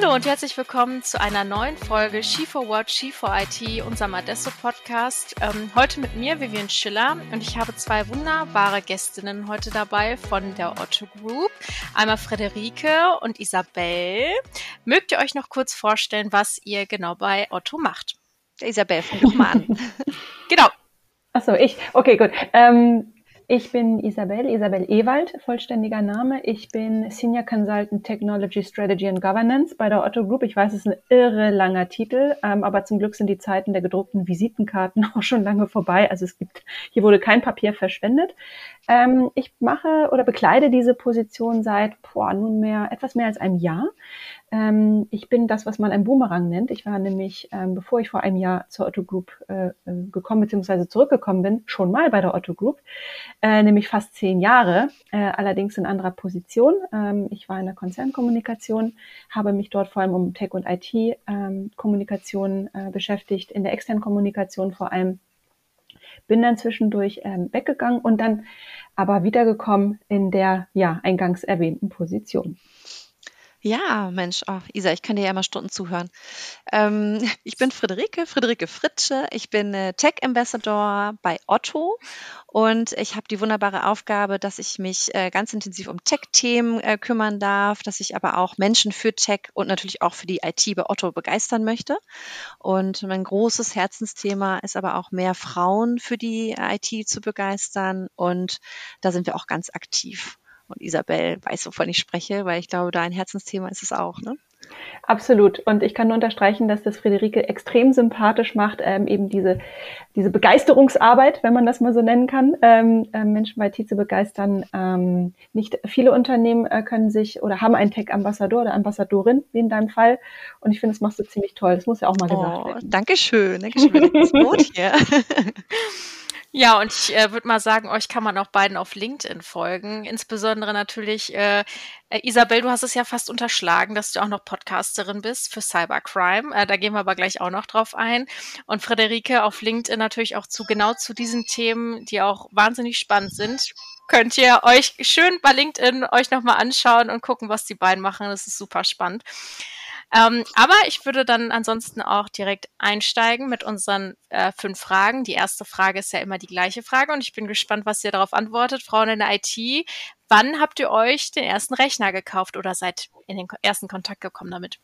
Hallo und herzlich willkommen zu einer neuen Folge She4What, She4IT, unserem Adesso-Podcast. Heute mit mir, Vivian Schiller, und ich habe zwei wunderbare Gästinnen heute dabei von der Otto Group. Einmal Friederike und Isabel. Mögt ihr euch noch kurz vorstellen, was ihr genau bei Otto macht? Isabel, fang doch mal an. Genau. Achso, okay, gut. Ich bin Isabel Ewald, vollständiger Name. Ich bin Senior Consultant Technology, Strategy and Governance bei der Otto Group. Ich weiß, es ist ein irre langer Titel, aber zum Glück sind die Zeiten der gedruckten Visitenkarten auch schon lange vorbei. Also hier wurde kein Papier verschwendet. Ich mache oder bekleide diese Position seit nunmehr etwas mehr als einem Jahr. Ich bin das, was man ein Boomerang nennt. Ich war nämlich, bevor ich vor einem Jahr zur Otto Group gekommen bzw. zurückgekommen bin, schon mal bei der Otto Group, nämlich fast 10 Jahre, allerdings in anderer Position. Ich war in der Konzernkommunikation, habe mich dort vor allem um Tech- und IT-Kommunikation beschäftigt, in der externen Kommunikation vor allem. Bin dann zwischendurch weggegangen und dann aber wiedergekommen in der eingangs erwähnten Position. Ja, Mensch, Isa, ich kann dir ja immer Stunden zuhören. Ich bin Friederike Fritsche. Ich bin Tech Ambassador bei Otto und ich habe die wunderbare Aufgabe, dass ich mich ganz intensiv um Tech-Themen kümmern darf, dass ich aber auch Menschen für Tech und natürlich auch für die IT bei Otto begeistern möchte. Und mein großes Herzensthema ist aber auch, mehr Frauen für die IT zu begeistern, und da sind wir auch ganz aktiv. Und Isabel weiß, wovon ich spreche, weil ich glaube, dein Herzensthema ist es auch, ne? Absolut. Und ich kann nur unterstreichen, dass das Friederike extrem sympathisch macht, eben diese Begeisterungsarbeit, wenn man das mal so nennen kann, Menschen bei IT zu begeistern. Nicht viele Unternehmen können sich oder haben einen Tech-Ambassador oder Ambassadorin, wie in deinem Fall. Und ich finde, das machst du ziemlich toll. Das muss ja auch mal gesagt werden. Dankeschön. Wir legen das Brot hier. Ja, und ich würde mal sagen, euch kann man auch beiden auf LinkedIn folgen. Insbesondere natürlich, Isabel, du hast es ja fast unterschlagen, dass du auch noch Podcasterin bist für Cybercrime. Da gehen wir aber gleich auch noch drauf ein. Und Friederike auf LinkedIn natürlich auch genau zu diesen Themen, die auch wahnsinnig spannend sind. Könnt ihr euch schön bei LinkedIn euch nochmal anschauen und gucken, was die beiden machen. Das ist super spannend. Aber ich würde dann ansonsten auch direkt einsteigen mit unseren 5 Fragen. Die erste Frage ist ja immer die gleiche Frage und ich bin gespannt, was ihr darauf antwortet. Frauen in der IT, wann habt ihr euch den ersten Rechner gekauft oder seid in den ersten Kontakt gekommen damit?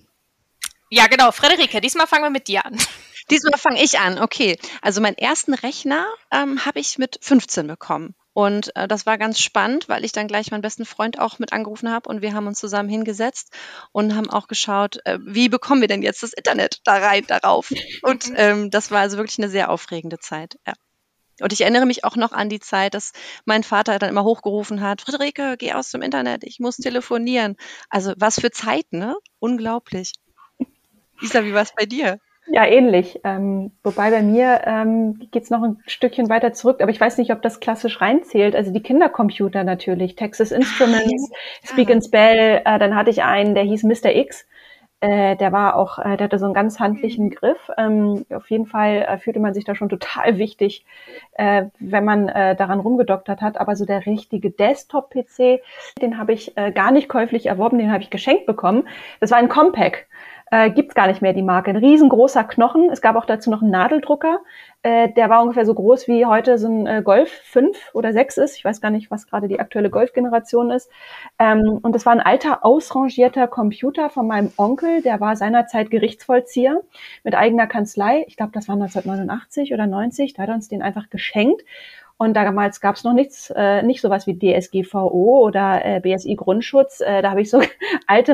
Ja, genau. Friederike, diesmal fangen wir mit dir an. Diesmal fange ich an, okay. Also meinen ersten Rechner habe ich mit 15 bekommen. Und das war ganz spannend, weil ich dann gleich meinen besten Freund auch mit angerufen habe und wir haben uns zusammen hingesetzt und haben auch geschaut, wie bekommen wir denn jetzt das Internet darauf? Und das war also wirklich eine sehr aufregende Zeit, ja. Und ich erinnere mich auch noch an die Zeit, dass mein Vater dann immer hochgerufen hat: Friederike, geh aus dem Internet, ich muss telefonieren. Also was für Zeiten, ne? Unglaublich. Isa, wie war es bei dir? Ja, ähnlich. Wobei bei mir geht's noch ein Stückchen weiter zurück, aber ich weiß nicht, ob das klassisch reinzählt. Also die Kindercomputer natürlich, Texas Instruments, Speak and Spell. Dann hatte ich einen, der hieß Mr. X. Der hatte so einen ganz handlichen Griff. Auf jeden Fall fühlte man sich da schon total wichtig, wenn man daran rumgedoktert hat. Aber so der richtige Desktop-PC, den habe ich gar nicht käuflich erworben, den habe ich geschenkt bekommen. Das war ein Compaq. Gibt's gar nicht mehr, die Marke. Ein riesengroßer Knochen. Es gab auch dazu noch einen Nadeldrucker. Der war ungefähr so groß, wie heute so ein Golf 5 oder 6 ist. Ich weiß gar nicht, was gerade die aktuelle Golf-Generation ist. Und das war ein alter, ausrangierter Computer von meinem Onkel. Der war seinerzeit Gerichtsvollzieher mit eigener Kanzlei. Ich glaube, das war 1989 oder 90. Da hat er uns den einfach geschenkt. Und damals gab es noch nicht sowas wie DSGVO oder BSI Grundschutz. Da habe ich so alte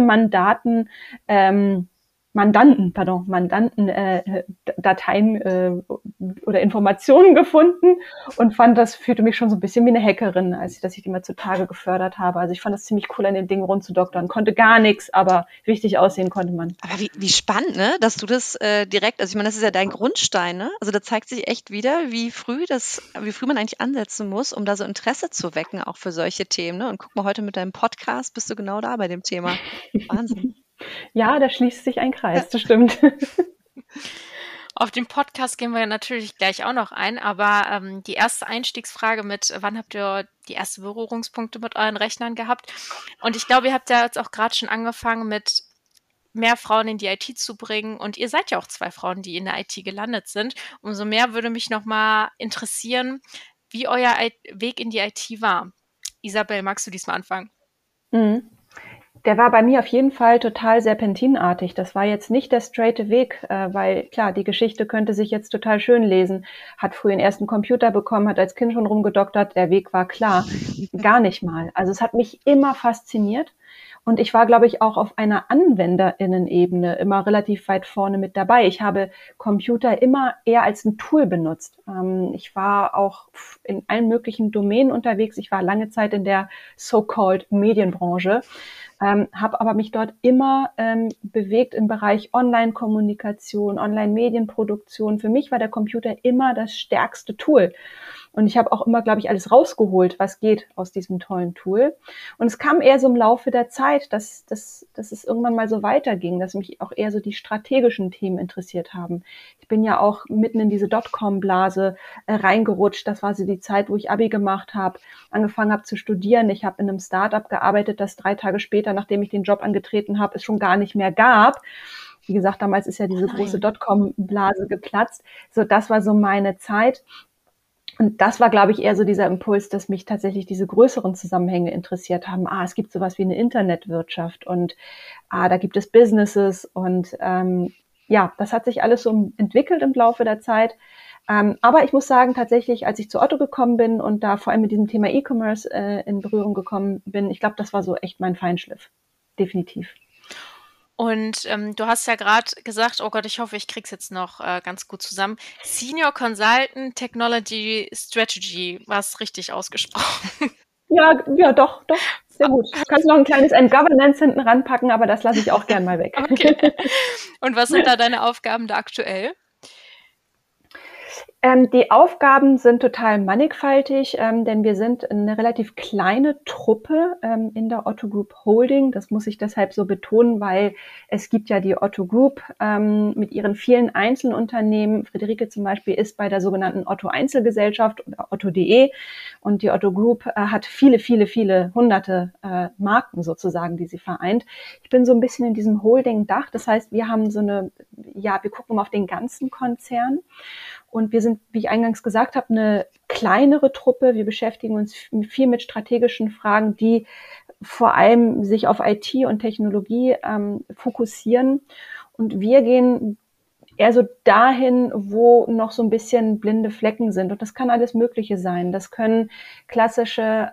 Dateien oder Informationen gefunden und fühlte mich schon so ein bisschen wie eine Hackerin, dass ich die mal zutage gefördert habe. Also ich fand das ziemlich cool, an den Dingen rumzudoktern. Konnte gar nichts, aber richtig aussehen konnte man. Aber wie spannend, ne? Dass du das direkt, also ich meine, das ist ja dein Grundstein, ne? Also da zeigt sich echt wieder, wie früh man eigentlich ansetzen muss, um da so Interesse zu wecken, auch für solche Themen, ne? Und guck mal, heute mit deinem Podcast bist du genau da bei dem Thema. Wahnsinn. Ja, da schließt sich ein Kreis, das stimmt. Auf den Podcast gehen wir natürlich gleich auch noch ein, aber die erste Einstiegsfrage mit, wann habt ihr die ersten Berührungspunkte mit euren Rechnern gehabt? Und ich glaube, ihr habt ja jetzt auch gerade schon angefangen mit mehr Frauen in die IT zu bringen. Und ihr seid ja auch 2 Frauen, die in der IT gelandet sind. Umso mehr würde mich noch mal interessieren, wie euer Weg in die IT war. Isabel, magst du diesmal anfangen? Mhm. Der war bei mir auf jeden Fall total serpentinartig. Das war jetzt nicht der straighte Weg, weil klar, die Geschichte könnte sich jetzt total schön lesen. Hat früh den ersten Computer bekommen, hat als Kind schon rumgedoktert, der Weg war klar. Gar nicht mal. Also es hat mich immer fasziniert. Und ich war, glaube ich, auch auf einer AnwenderInnen-Ebene immer relativ weit vorne mit dabei. Ich habe Computer immer eher als ein Tool benutzt. Ich war auch in allen möglichen Domänen unterwegs. Ich war lange Zeit in der so-called Medienbranche, habe aber mich dort immer bewegt im Bereich Online-Kommunikation, Online-Medienproduktion. Für mich war der Computer immer das stärkste Tool. Und ich habe auch immer, glaube ich, alles rausgeholt, was geht aus diesem tollen Tool. Und es kam eher so im Laufe der Zeit, dass es irgendwann mal so weiterging, dass mich auch eher so die strategischen Themen interessiert haben. Ich bin ja auch mitten in diese Dotcom-Blase reingerutscht. Das war so die Zeit, wo ich Abi gemacht habe, angefangen habe zu studieren. Ich habe in einem Startup gearbeitet, das 3 Tage später, nachdem ich den Job angetreten habe, es schon gar nicht mehr gab. Wie gesagt, damals ist ja diese große Dotcom-Blase geplatzt. So, das war so meine Zeit. Und das war, glaube ich, eher so dieser Impuls, dass mich tatsächlich diese größeren Zusammenhänge interessiert haben. Es gibt sowas wie eine Internetwirtschaft und da gibt es Businesses und ja, das hat sich alles so entwickelt im Laufe der Zeit. Aber ich muss sagen, tatsächlich, als ich zu Otto gekommen bin und da vor allem mit diesem Thema E-Commerce in Berührung gekommen bin, ich glaube, das war so echt mein Feinschliff. Definitiv. Und du hast ja gerade gesagt, oh Gott, ich hoffe, ich krieg's jetzt noch ganz gut zusammen. Senior Consultant Technology Strategy, war es richtig ausgesprochen? Ja, doch, sehr gut. Du kannst noch ein kleines Governance hinten ranpacken, aber das lasse ich auch gern mal weg. Okay. Und was sind da deine Aufgaben da aktuell? Die Aufgaben sind total mannigfaltig, denn wir sind eine relativ kleine Truppe in der Otto Group Holding. Das muss ich deshalb so betonen, weil es gibt ja die Otto Group mit ihren vielen Einzelunternehmen. Friederike zum Beispiel ist bei der sogenannten Otto Einzelgesellschaft oder Otto.de und die Otto Group hat viele, viele, viele hunderte Marken sozusagen, die sie vereint. Ich bin so ein bisschen in diesem Holding-Dach. Das heißt, wir haben wir gucken auf den ganzen Konzern. Und wir sind, wie ich eingangs gesagt habe, eine kleinere Truppe. Wir beschäftigen uns viel mit strategischen Fragen, die vor allem sich auf IT und Technologie fokussieren. Und wir gehen eher so dahin, wo noch so ein bisschen blinde Flecken sind. Und das kann alles Mögliche sein. Das können klassische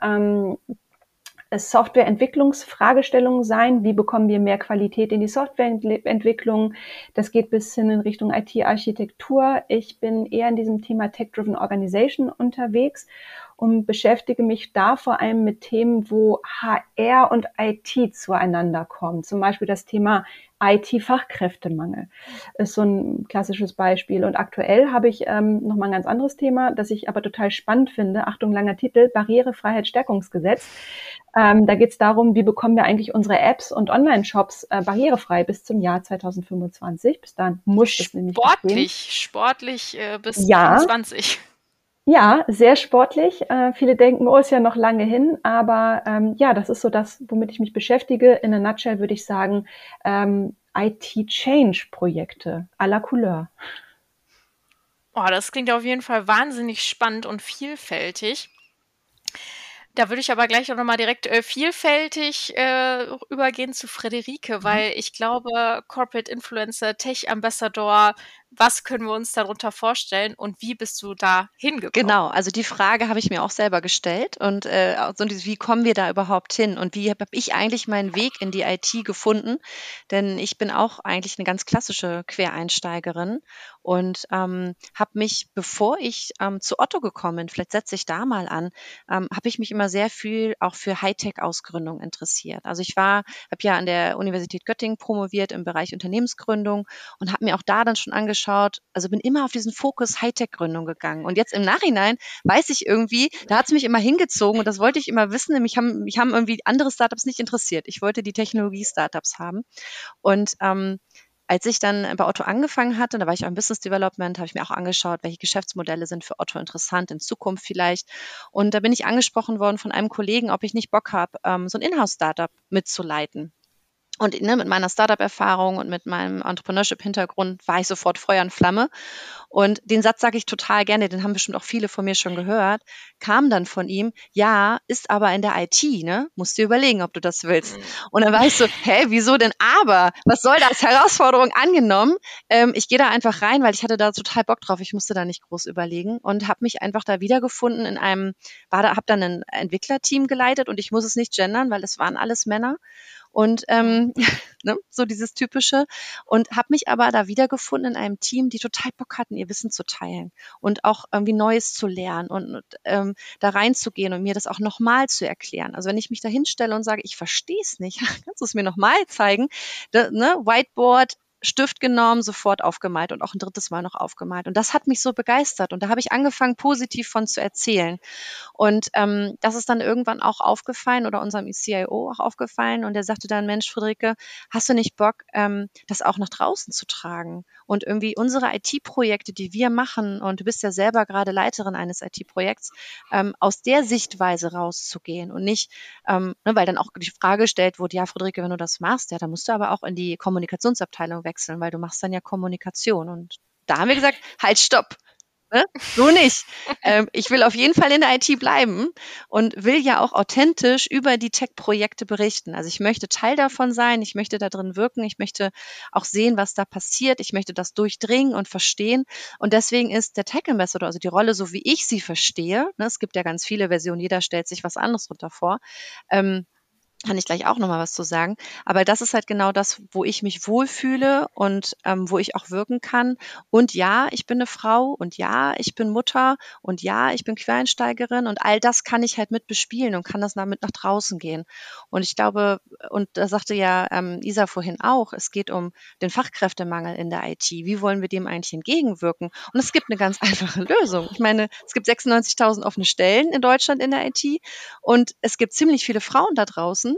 Softwareentwicklungsfragestellungen sein. Wie bekommen wir mehr Qualität in die Softwareentwicklung? Das geht bis hin in Richtung IT-Architektur. Ich bin eher in diesem Thema Tech-Driven Organization unterwegs und beschäftige mich da vor allem mit Themen, wo HR und IT zueinander kommen. Zum Beispiel das Thema IT-Fachkräftemangel ist so ein klassisches Beispiel. Und aktuell habe ich nochmal ein ganz anderes Thema, das ich aber total spannend finde. Achtung, langer Titel, Barrierefreiheitsstärkungsgesetz. Da geht es darum, wie bekommen wir eigentlich unsere Apps und Online-Shops barrierefrei bis zum Jahr 2025. Bis dahin muss es nämlich Sportlich bis ja. 2020. Ja, sehr sportlich. Viele denken, oh, ist ja noch lange hin, aber ja, das ist so das, womit ich mich beschäftige. In a nutshell würde ich sagen, IT-Change-Projekte à la Couleur. Oh, das klingt auf jeden Fall wahnsinnig spannend und vielfältig. Da würde ich aber gleich auch nochmal direkt vielfältig übergehen zu Friederike, weil ich glaube, Corporate Influencer, Tech Ambassador, was können wir uns darunter vorstellen und wie bist du da hingekommen? Genau, also die Frage habe ich mir auch selber gestellt und wie kommen wir da überhaupt hin und wie habe ich eigentlich meinen Weg in die IT gefunden? Denn ich bin auch eigentlich eine ganz klassische Quereinsteigerin und habe mich, bevor ich zu Otto gekommen bin, vielleicht setze ich da mal an, habe ich mich immer sehr viel auch für Hightech-Ausgründung interessiert. Also ich habe ja an der Universität Göttingen promoviert im Bereich Unternehmensgründung und habe mir auch da dann schon angeschaut, also bin immer auf diesen Fokus Hightech-Gründung gegangen. Und jetzt im Nachhinein weiß ich irgendwie, da hat es mich immer hingezogen und das wollte ich immer wissen. Mich haben irgendwie andere Startups nicht interessiert. Ich wollte die Technologie-Startups haben. Und als ich dann bei Otto angefangen hatte, da war ich auch im Business Development, habe ich mir auch angeschaut, welche Geschäftsmodelle sind für Otto interessant in Zukunft vielleicht. Und da bin ich angesprochen worden von einem Kollegen, ob ich nicht Bock habe, so ein Inhouse-Startup mitzuleiten. Und mit meiner Startup-Erfahrung und mit meinem Entrepreneurship-Hintergrund war ich sofort Feuer und Flamme. Und den Satz sage ich total gerne, den haben bestimmt auch viele von mir schon gehört, kam dann von ihm, ja, ist aber in der IT, ne? Musst dir überlegen, ob du das willst. Und dann war ich so, wieso denn aber? Was soll das? Herausforderung angenommen. Ich gehe da einfach rein, weil ich hatte da total Bock drauf. Ich musste da nicht groß überlegen und habe mich einfach da wiedergefunden habe dann ein Entwicklerteam geleitet und ich muss es nicht gendern, weil es waren alles Männer. Und ne, so dieses Typische. Und habe mich aber da wiedergefunden in einem Team, die total Bock hatten, ihr Wissen zu teilen und auch irgendwie Neues zu lernen und da reinzugehen und mir das auch nochmal zu erklären. Also wenn ich mich da hinstelle und sage, ich verstehe es nicht, kannst du es mir nochmal zeigen? Whiteboard, Stift genommen, sofort aufgemalt und auch ein drittes Mal noch aufgemalt. Und das hat mich so begeistert. Und da habe ich angefangen, positiv von zu erzählen. Und das ist dann irgendwann auch aufgefallen oder unserem CIO auch aufgefallen. Und er sagte dann, Mensch, Friederike, hast du nicht Bock, das auch nach draußen zu tragen? Und irgendwie unsere IT-Projekte, die wir machen, und du bist ja selber gerade Leiterin eines IT-Projekts, aus der Sichtweise rauszugehen und nicht, weil dann auch die Frage gestellt wurde, ja, Friederike, wenn du das machst, ja, dann musst du aber auch in die Kommunikationsabteilung wechseln, weil du machst dann ja Kommunikation. Und da haben wir gesagt, halt, stopp. Ne? So nicht. Ich will auf jeden Fall in der IT bleiben und will ja auch authentisch über die Tech-Projekte berichten. Also ich möchte Teil davon sein, ich möchte da drin wirken, ich möchte auch sehen, was da passiert, ich möchte das durchdringen und verstehen. Und deswegen ist der Tech Ambassador, also die Rolle, so wie ich sie verstehe, ne, es gibt ja ganz viele Versionen, jeder stellt sich was anderes drunter vor, kann ich gleich auch nochmal was zu sagen. Aber das ist halt genau das, wo ich mich wohlfühle und wo ich auch wirken kann. Und ja, ich bin eine Frau und ja, ich bin Mutter und ja, ich bin Quereinsteigerin und all das kann ich halt mit bespielen und kann das damit nach draußen gehen. Und ich glaube, und da sagte ja Isa vorhin auch, es geht um den Fachkräftemangel in der IT. Wie wollen wir dem eigentlich entgegenwirken? Und es gibt eine ganz einfache Lösung. Ich meine, es gibt 96.000 offene Stellen in Deutschland in der IT und es gibt ziemlich viele Frauen da draußen,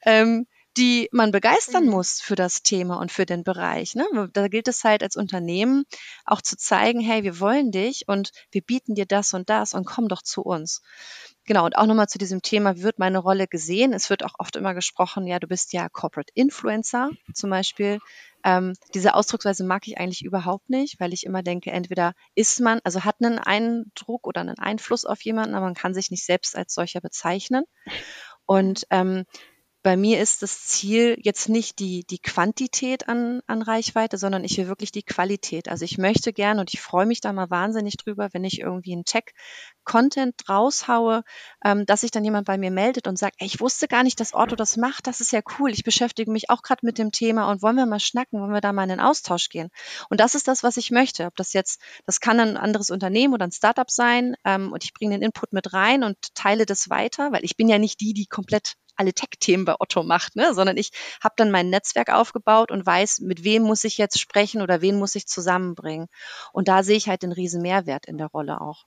die man begeistern muss für das Thema und für den Bereich. Ne? Da gilt es halt als Unternehmen auch zu zeigen, hey, wir wollen dich und wir bieten dir das und komm doch zu uns. Genau, und auch nochmal zu diesem Thema, wie wird meine Rolle gesehen? Es wird auch oft immer gesprochen, ja, du bist ja Corporate Influencer zum Beispiel. Diese Ausdrucksweise mag ich eigentlich überhaupt nicht, weil ich immer denke, entweder ist man, also hat einen Eindruck oder einen Einfluss auf jemanden, aber man kann sich nicht selbst als solcher bezeichnen. Und bei mir ist das Ziel jetzt nicht die Quantität an Reichweite, sondern ich will wirklich die Qualität. Also ich möchte gerne und ich freue mich da mal wahnsinnig drüber, wenn ich irgendwie einen Tech-Content raushaue, dass sich dann jemand bei mir meldet und sagt, ey, ich wusste gar nicht, dass Otto das macht, das ist ja cool, ich beschäftige mich auch gerade mit dem Thema und wollen wir mal schnacken, wollen wir da mal in den Austausch gehen. Und das ist das, was ich möchte. Ob das jetzt, das kann ein anderes Unternehmen oder ein Startup sein und ich bringe den Input mit rein und teile das weiter, weil ich bin ja nicht die komplett alle Tech-Themen bei Otto macht, ne? Sondern ich habe dann mein Netzwerk aufgebaut und weiß, mit wem muss ich jetzt sprechen oder wen muss ich zusammenbringen. Und da sehe ich halt den riesen Mehrwert in der Rolle auch.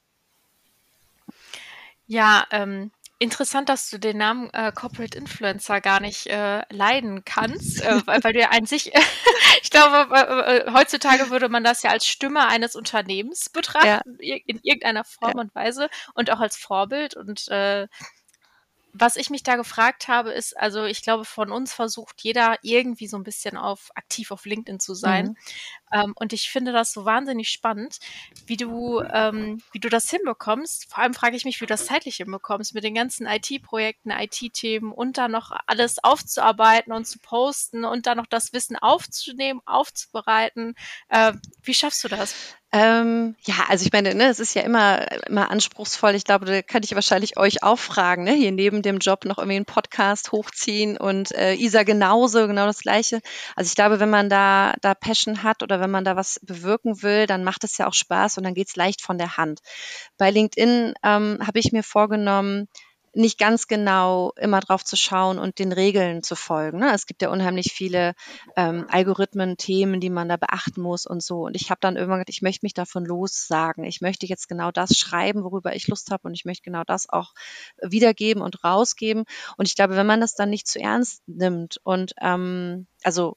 Ja, interessant, dass du den Namen Corporate Influencer gar nicht leiden kannst, weil du ja an sich, ich glaube, heutzutage würde man das ja als Stimme eines Unternehmens betrachten, in irgendeiner Form und Weise und auch als Vorbild. Und was ich mich da gefragt habe, ist, also ich glaube, von uns versucht jeder irgendwie so ein bisschen aktiv auf LinkedIn zu sein. Und ich finde das so wahnsinnig spannend, wie du das hinbekommst. Vor allem frage ich mich, wie du das zeitlich hinbekommst, mit den ganzen IT-Projekten, IT-Themen und dann noch alles aufzuarbeiten und zu posten und dann noch das Wissen aufzunehmen, aufzubereiten. Wie schaffst du das? Ja, also ich meine, ne, es ist ja immer anspruchsvoll. Ich glaube, da könnte ich wahrscheinlich euch auch fragen, ne, hier neben dem Job noch irgendwie einen Podcast hochziehen und Isa genauso, genau das Gleiche. Also ich glaube, wenn man da Passion hat oder wenn man da was bewirken will, dann macht es ja auch Spaß und dann geht's leicht von der Hand. Bei LinkedIn habe ich mir vorgenommen, nicht ganz genau immer drauf zu schauen und den Regeln zu folgen. Ne? Es gibt ja unheimlich viele Algorithmen, Themen, die man da beachten muss und so. Und ich habe dann irgendwann gesagt, ich möchte mich davon lossagen. Ich möchte jetzt genau das schreiben, worüber ich Lust habe und ich möchte genau das auch wiedergeben und rausgeben. Und ich glaube, wenn man das dann nicht zu ernst nimmt und also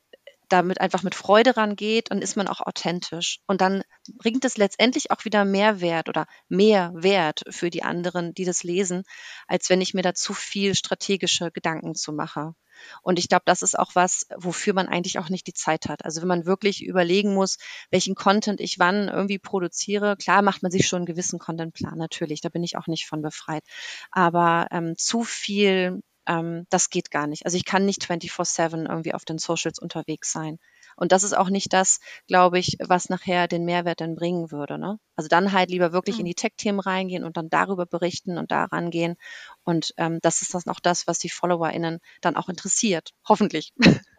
damit einfach mit Freude rangeht, dann ist man auch authentisch. Und dann bringt es letztendlich auch wieder Mehrwert oder mehr Wert für die anderen, die das lesen, als wenn ich mir da zu viel strategische Gedanken zu mache. Und ich glaube, das ist auch was, wofür man eigentlich auch nicht die Zeit hat. Also wenn man wirklich überlegen muss, welchen Content ich wann irgendwie produziere, klar macht man sich schon einen gewissen Contentplan, natürlich, da bin ich auch nicht von befreit. Aber zu viel, das geht gar nicht. Also ich kann nicht 24/7 irgendwie auf den Socials unterwegs sein. Und das ist auch nicht das, glaube ich, was nachher den Mehrwert dann bringen würde. Ne? Also dann halt lieber wirklich in die Tech-Themen reingehen und dann darüber berichten und da rangehen. Und das ist dann auch das, was die FollowerInnen dann auch interessiert. Hoffentlich.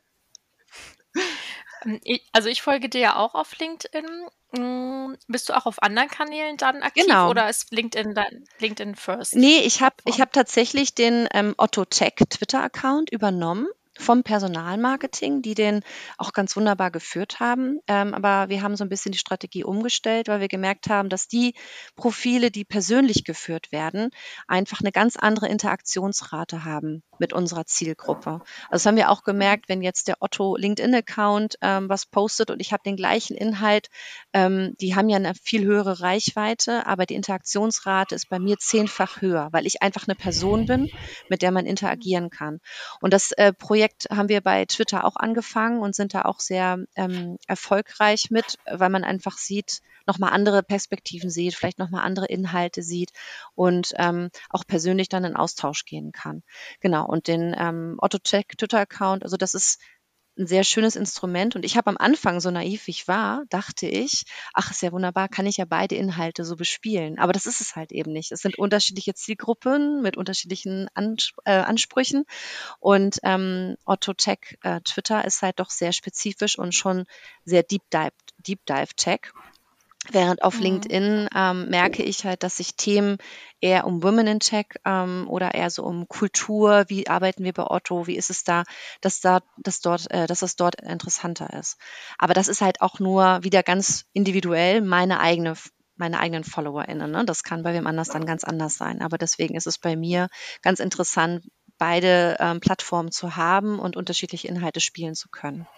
Also ich folge dir ja auch auf LinkedIn. Bist du auch auf anderen Kanälen dann aktiv Genau. oder ist LinkedIn dann LinkedIn First? Nee, ich hab tatsächlich den Otto Tech Twitter-Account übernommen vom Personalmarketing, die den auch ganz wunderbar geführt haben. Aber wir haben so ein bisschen die Strategie umgestellt, weil wir gemerkt haben, dass die Profile, die persönlich geführt werden, einfach eine ganz andere Interaktionsrate haben mit unserer Zielgruppe. Also das haben wir auch gemerkt, wenn jetzt der Otto LinkedIn-Account was postet und ich habe den gleichen Inhalt, die haben ja eine viel höhere Reichweite, aber die Interaktionsrate ist bei mir 10-fach höher, weil ich einfach eine Person bin, mit der man interagieren kann. Und das Projekt haben wir bei Twitter auch angefangen und sind da auch sehr erfolgreich mit, weil man einfach sieht, nochmal andere Perspektiven sieht, vielleicht nochmal andere Inhalte sieht und auch persönlich dann in Austausch gehen kann. Genau, und den Otto Tech Twitter-Account, also das ist ein sehr schönes Instrument. Und ich habe am Anfang, so naiv wie ich war, dachte ich, ach, ist ja wunderbar, kann ich ja beide Inhalte so bespielen. Aber das ist es halt eben nicht. Es sind unterschiedliche Zielgruppen mit unterschiedlichen Ansprüchen. Und Otto Tech Twitter ist halt doch sehr spezifisch und schon sehr Deep Dive Tech. Während auf LinkedIn merke ich halt, dass sich Themen eher um Women in Tech oder eher so um Kultur, wie arbeiten wir bei Otto, wie ist es da, dass es dort interessanter ist. Aber das ist halt auch nur wieder ganz individuell meine eigenen FollowerInnen. Ne? Das kann bei wem anders dann ganz anders sein. Aber deswegen ist es bei mir ganz interessant, beide Plattformen zu haben und unterschiedliche Inhalte spielen zu können.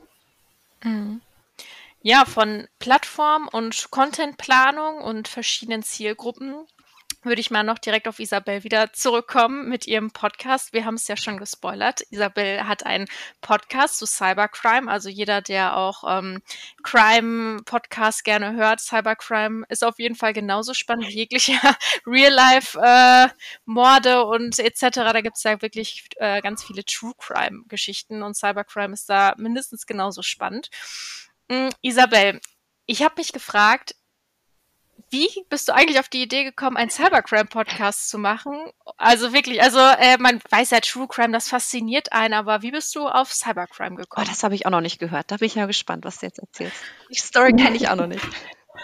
Ja, von Plattform und Contentplanung und verschiedenen Zielgruppen würde ich mal noch direkt auf Isabel wieder zurückkommen mit ihrem Podcast. Wir haben es ja schon gespoilert. Isabel hat einen Podcast zu Cybercrime. Also jeder, der auch Crime-Podcast gerne hört, Cybercrime ist auf jeden Fall genauso spannend wie jegliche Real-Life-Morde und etc. Da gibt es ja wirklich ganz viele True-Crime-Geschichten und Cybercrime ist da mindestens genauso spannend. Isabel, ich habe mich gefragt, wie bist du eigentlich auf die Idee gekommen, einen Cybercrime-Podcast zu machen? Also wirklich, man weiß ja, True Crime, das fasziniert einen, aber wie bist du auf Cybercrime Oh, gekommen? das habe ich auch noch nicht gehört. Da bin ich ja gespannt, was du jetzt erzählst. Die Story kenne ich auch noch nicht.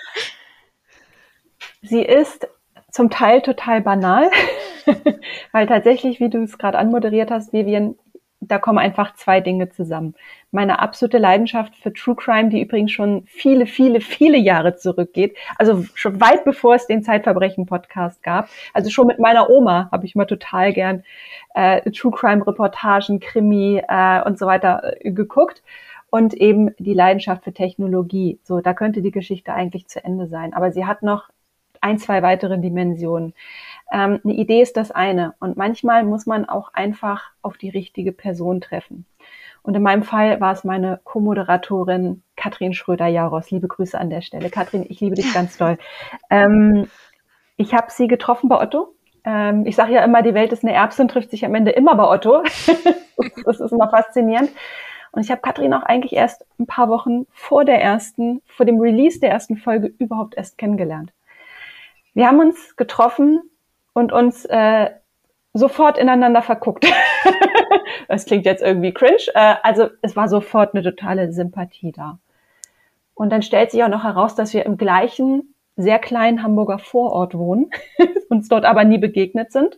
Sie ist zum Teil total banal, weil tatsächlich, wie du es gerade anmoderiert hast, Vivian, da kommen einfach zwei Dinge zusammen. Meine absolute Leidenschaft für True Crime, die übrigens schon viele, viele, viele Jahre zurückgeht, also schon weit bevor es den Zeitverbrechen-Podcast gab. Also schon mit meiner Oma habe ich mal total gern True Crime-Reportagen, Krimi und so weiter geguckt. Und eben die Leidenschaft für Technologie. So, da könnte die Geschichte eigentlich zu Ende sein. Aber sie hat noch 2 weitere Dimensionen. Eine Idee ist das eine. Und manchmal muss man auch einfach auf die richtige Person treffen. Und in meinem Fall war es meine Co-Moderatorin Katrin Schröder-Jaros. Liebe Grüße an der Stelle. Katrin, ich liebe dich ganz doll. Ich habe sie getroffen bei Otto. Ich sage ja immer, die Welt ist eine Erbse und trifft sich am Ende immer bei Otto. Das ist immer faszinierend. Und ich habe Katrin auch eigentlich erst ein paar Wochen vor dem Release der ersten Folge überhaupt erst kennengelernt. Wir haben uns getroffen und uns sofort ineinander verguckt. Das klingt jetzt irgendwie cringe. Also es war sofort eine totale Sympathie da. Und dann stellt sich auch noch heraus, dass wir im gleichen, sehr kleinen Hamburger Vorort wohnen, uns dort aber nie begegnet sind.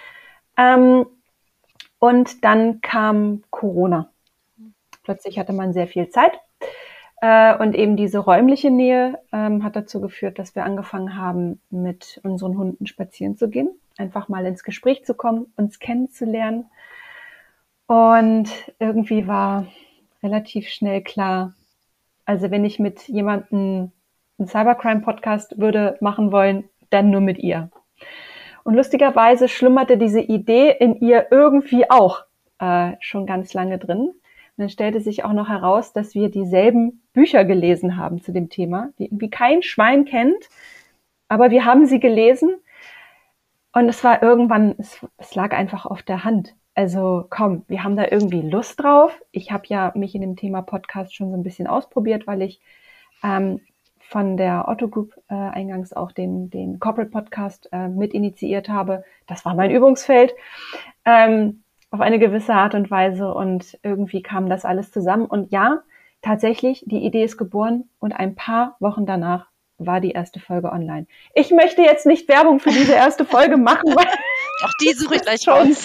Und dann kam Corona. Plötzlich hatte man sehr viel Zeit. Und eben diese räumliche Nähe hat dazu geführt, dass wir angefangen haben, mit unseren Hunden spazieren zu gehen. Einfach mal ins Gespräch zu kommen, uns kennenzulernen. Und irgendwie war relativ schnell klar. Also wenn ich mit jemandem einen Cybercrime-Podcast würde machen wollen, dann nur mit ihr. Und lustigerweise schlummerte diese Idee in ihr irgendwie auch schon ganz lange drin. Und dann stellte sich auch noch heraus, dass wir dieselben Bücher gelesen haben zu dem Thema, die irgendwie kein Schwein kennt, aber wir haben sie gelesen. Und es war irgendwann, es lag einfach auf der Hand. Also komm, wir haben da irgendwie Lust drauf. Ich habe ja mich in dem Thema Podcast schon so ein bisschen ausprobiert, weil ich von der Otto Group eingangs auch den Corporate Podcast mit initiiert habe. Das war mein Übungsfeld auf eine gewisse Art und Weise und irgendwie kam das alles zusammen. Und ja, tatsächlich, die Idee ist geboren und ein paar Wochen danach war die erste Folge online. Ich möchte jetzt nicht Werbung für diese erste Folge machen, weil auch die suche ich gleich raus.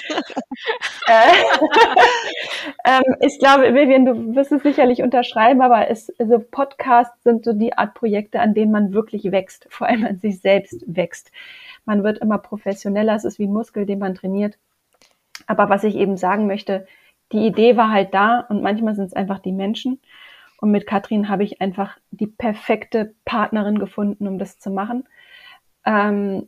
Ich glaube, Vivian, du wirst es sicherlich unterschreiben, aber also Podcasts sind so die Art Projekte, an denen man wirklich wächst, vor allem an sich selbst wächst. Man wird immer professioneller, es ist wie ein Muskel, den man trainiert. Aber was ich eben sagen möchte, die Idee war halt da und manchmal sind es einfach die Menschen. Und mit Katrin habe ich einfach die perfekte Partnerin gefunden, um das zu machen. Ja,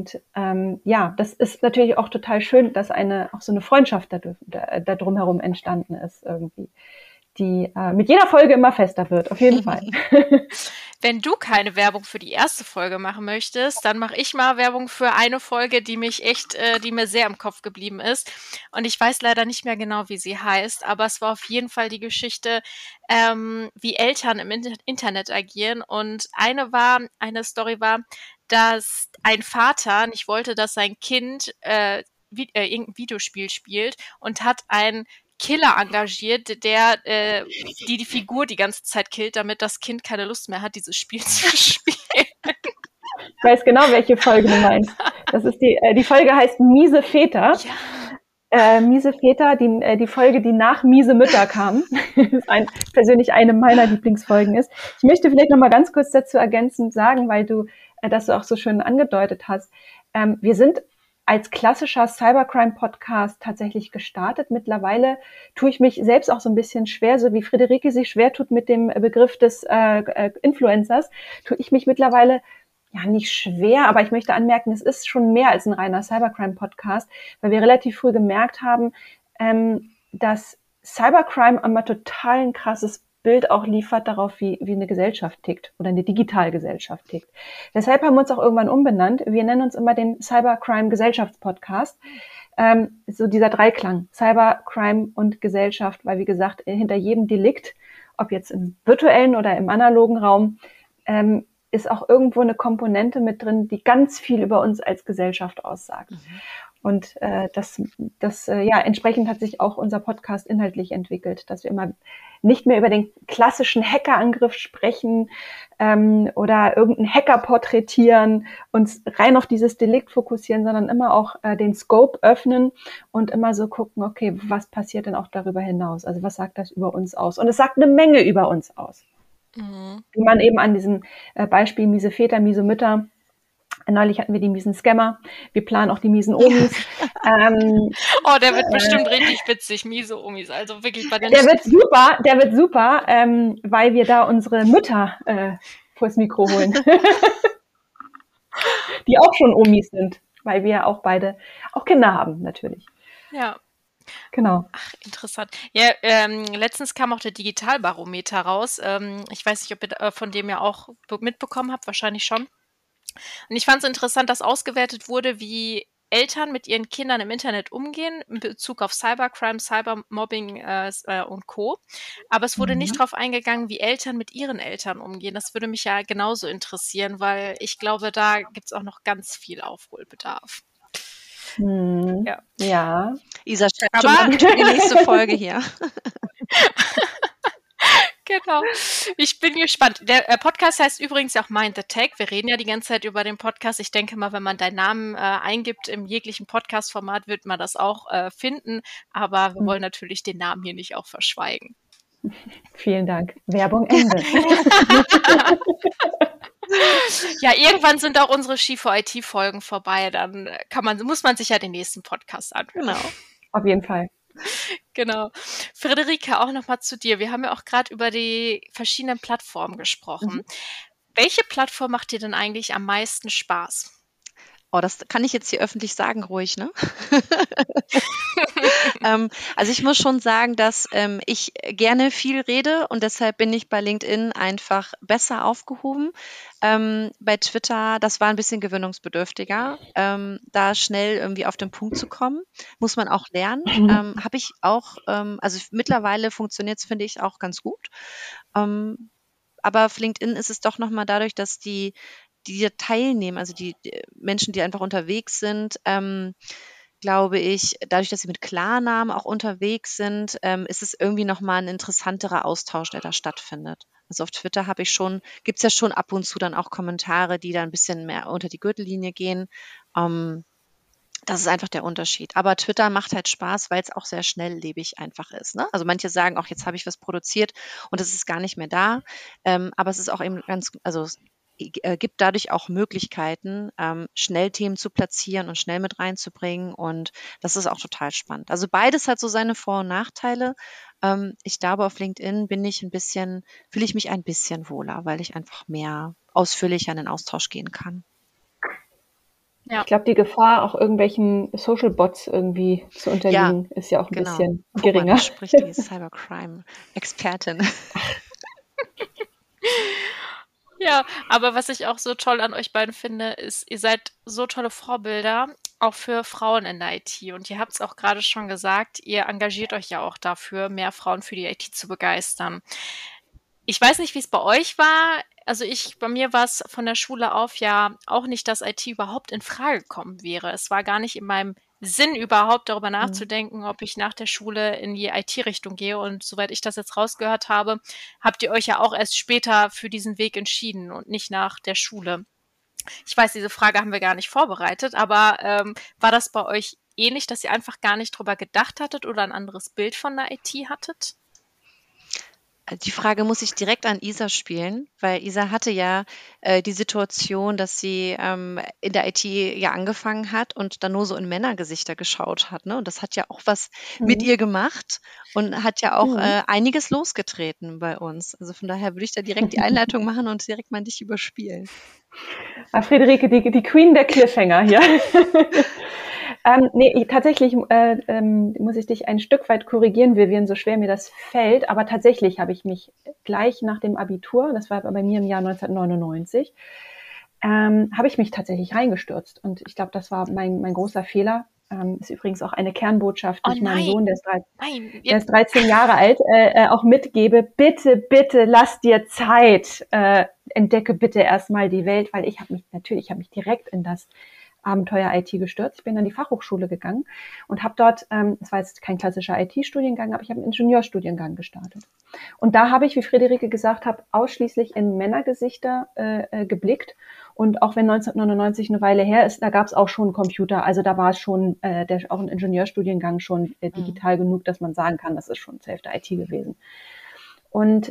das ist natürlich auch total schön, dass auch so eine Freundschaft da drumherum entstanden ist irgendwie, die mit jeder Folge immer fester wird, auf jeden Fall. Wenn du keine Werbung für die erste Folge machen möchtest, dann mache ich mal Werbung für eine Folge, die mir sehr im Kopf geblieben ist. Und ich weiß leider nicht mehr genau, wie sie heißt, aber es war auf jeden Fall die Geschichte, wie Eltern im Internet agieren. Und eine Story war, dass ein Vater nicht wollte, dass sein Kind irgendein Videospiel spielt und hat ein Killer engagiert, der die Figur die ganze Zeit killt, damit das Kind keine Lust mehr hat, dieses Spiel zu spielen. Ich weiß genau, welche Folge du meinst. Das ist die Folge heißt Miese Väter. Ja. Miese Väter, die Folge, die nach Miese Mütter kam, persönlich eine meiner Lieblingsfolgen ist. Ich möchte vielleicht noch mal ganz kurz dazu ergänzend sagen, weil du das auch so schön angedeutet hast. Wir sind als klassischer Cybercrime-Podcast tatsächlich gestartet. Mittlerweile tue ich mich selbst auch so ein bisschen schwer, so wie Friederike sich schwer tut mit dem Begriff des Influencers, tue ich mich mittlerweile ja nicht schwer, aber ich möchte anmerken, es ist schon mehr als ein reiner Cybercrime-Podcast, weil wir relativ früh gemerkt haben, dass Cybercrime immer total ein krasses Bild auch liefert darauf, wie eine Gesellschaft tickt oder eine Digitalgesellschaft tickt. Deshalb haben wir uns auch irgendwann umbenannt. Wir nennen uns immer den Cybercrime Gesellschaftspodcast. So dieser Dreiklang, Cybercrime und Gesellschaft, weil wie gesagt, hinter jedem Delikt, ob jetzt im virtuellen oder im analogen Raum, ist auch irgendwo eine Komponente mit drin, die ganz viel über uns als Gesellschaft aussagt. Mhm. Und entsprechend hat sich auch unser Podcast inhaltlich entwickelt, dass wir immer nicht mehr über den klassischen Hackerangriff sprechen oder irgendeinen Hacker porträtieren, uns rein auf dieses Delikt fokussieren, sondern immer auch den Scope öffnen und immer so gucken, okay, was passiert denn auch darüber hinaus? Also was sagt das über uns aus? Und es sagt eine Menge über uns aus. Mhm. Wie man eben an diesem Beispiel miese Väter, miese Mütter, neulich hatten wir die miesen Scammer. Wir planen auch die miesen Omis. Der wird bestimmt richtig witzig, miese Omis. Also wirklich bei den Der wird super, weil wir da unsere Mütter vors Mikro holen. Die auch schon Omis sind, weil wir auch beide auch Kinder haben, natürlich. Ja. Genau. Ach, interessant. Ja, letztens kam auch der Digitalbarometer raus. Ich weiß nicht, ob ihr von dem ja auch mitbekommen habt, wahrscheinlich schon. Und ich fand es interessant, dass ausgewertet wurde, wie Eltern mit ihren Kindern im Internet umgehen in Bezug auf Cybercrime, Cybermobbing und Co. Aber es wurde nicht darauf eingegangen, wie Eltern mit ihren Eltern umgehen. Das würde mich ja genauso interessieren, weil ich glaube, da gibt es auch noch ganz viel Aufholbedarf. Ja. Isa schreibt schon mal die nächste Folge hier. Genau. Ich bin gespannt. Der Podcast heißt übrigens auch Mind the Tech. Wir reden ja die ganze Zeit über den Podcast. Ich denke mal, wenn man deinen Namen eingibt im jeglichen Podcast-Format, wird man das auch finden. Aber wir wollen natürlich den Namen hier nicht auch verschweigen. Vielen Dank. Werbung Ende. Ja, irgendwann sind auch unsere Ski4IT-Folgen vorbei. Dann muss man sich ja den nächsten Podcast anhören. Genau. Auf jeden Fall. Genau. Friederike, auch noch mal zu dir. Wir haben ja auch gerade über die verschiedenen Plattformen gesprochen. Welche Plattform macht dir denn eigentlich am meisten Spaß? Oh, das kann ich jetzt hier öffentlich sagen, ruhig, ne? Also ich muss schon sagen, dass ich gerne viel rede und deshalb bin ich bei LinkedIn einfach besser aufgehoben. Bei Twitter, das war ein bisschen gewöhnungsbedürftiger, da schnell irgendwie auf den Punkt zu kommen, muss man auch lernen. Habe ich auch, also mittlerweile funktioniert es, finde ich, auch ganz gut. Aber auf LinkedIn ist es doch nochmal dadurch, dass die da teilnehmen, also die Menschen, die einfach unterwegs sind, glaube ich, dadurch, dass sie mit Klarnamen auch unterwegs sind, ist es irgendwie nochmal ein interessanterer Austausch, der da stattfindet. Also auf Twitter gibt es ja schon ab und zu dann auch Kommentare, die da ein bisschen mehr unter die Gürtellinie gehen. Das ist einfach der Unterschied. Aber Twitter macht halt Spaß, weil es auch sehr schnelllebig einfach ist. Ne? Also manche sagen auch, jetzt habe ich was produziert und es ist gar nicht mehr da. Aber es ist auch eben es gibt dadurch auch Möglichkeiten, schnell Themen zu platzieren und schnell mit reinzubringen. Und das ist auch total spannend. Also beides hat so seine Vor- und Nachteile. Ich glaube, auf LinkedIn fühle ich mich ein bisschen wohler, weil ich einfach mehr ausführlicher in den Austausch gehen kann. Ja, Ich glaube, die Gefahr, auch irgendwelchen Social Bots irgendwie zu unterliegen, ist ja auch ein genau. bisschen Guck mal, geringer. da spricht die Cybercrime-Expertin. ja, aber was ich auch so toll an euch beiden finde, ist, ihr seid so tolle Vorbilder, auch für Frauen in der IT. Und ihr habt es auch gerade schon gesagt, ihr engagiert euch ja auch dafür, mehr Frauen für die IT zu begeistern. Ich weiß nicht, wie es bei euch war. Also bei mir war es von der Schule auf ja auch nicht, dass IT überhaupt in Frage gekommen wäre. Es war gar nicht in meinem Sinn überhaupt darüber nachzudenken, ob ich nach der Schule in die IT-Richtung gehe. Und soweit ich das jetzt rausgehört habe, habt ihr euch ja auch erst später für diesen Weg entschieden und nicht nach der Schule. Ich weiß, diese Frage haben wir gar nicht vorbereitet, aber war das bei euch ähnlich, dass ihr einfach gar nicht drüber gedacht hattet oder ein anderes Bild von der IT hattet? Die Frage muss ich direkt an Isa spielen, weil Isa hatte ja die Situation, dass sie in der IT ja angefangen hat und dann nur so in Männergesichter geschaut hat. Ne? Und das hat ja auch was mit ihr gemacht und hat ja auch einiges losgetreten bei uns. Also von daher würde ich da direkt die Einleitung machen und direkt mal dich überspielen. Friederike, die Queen der Cliffhanger hier. Tatsächlich muss ich dich ein Stück weit korrigieren, Vivian, so schwer mir das fällt. Aber tatsächlich habe ich mich gleich nach dem Abitur, das war bei mir im Jahr 1999, habe ich mich tatsächlich reingestürzt. Und ich glaube, das war mein großer Fehler. Ist übrigens auch eine Kernbotschaft, die ich meinem Sohn, der ist 13 Jahre alt, auch mitgebe. Bitte, bitte, lass dir Zeit. Entdecke bitte erstmal die Welt, weil ich habe mich direkt in das Abenteuer IT gestürzt. Ich bin an die Fachhochschule gegangen und habe dort, das war jetzt kein klassischer IT-Studiengang, aber ich habe einen Ingenieurstudiengang gestartet. Und da habe ich, wie Friederike gesagt hat, ausschließlich in Männergesichter geblickt. Und auch wenn 1999 eine Weile her ist, da gab es auch schon Computer. Also da war es schon auch ein Ingenieurstudiengang schon digital genug, dass man sagen kann, das ist schon zur Hälfte IT gewesen. Und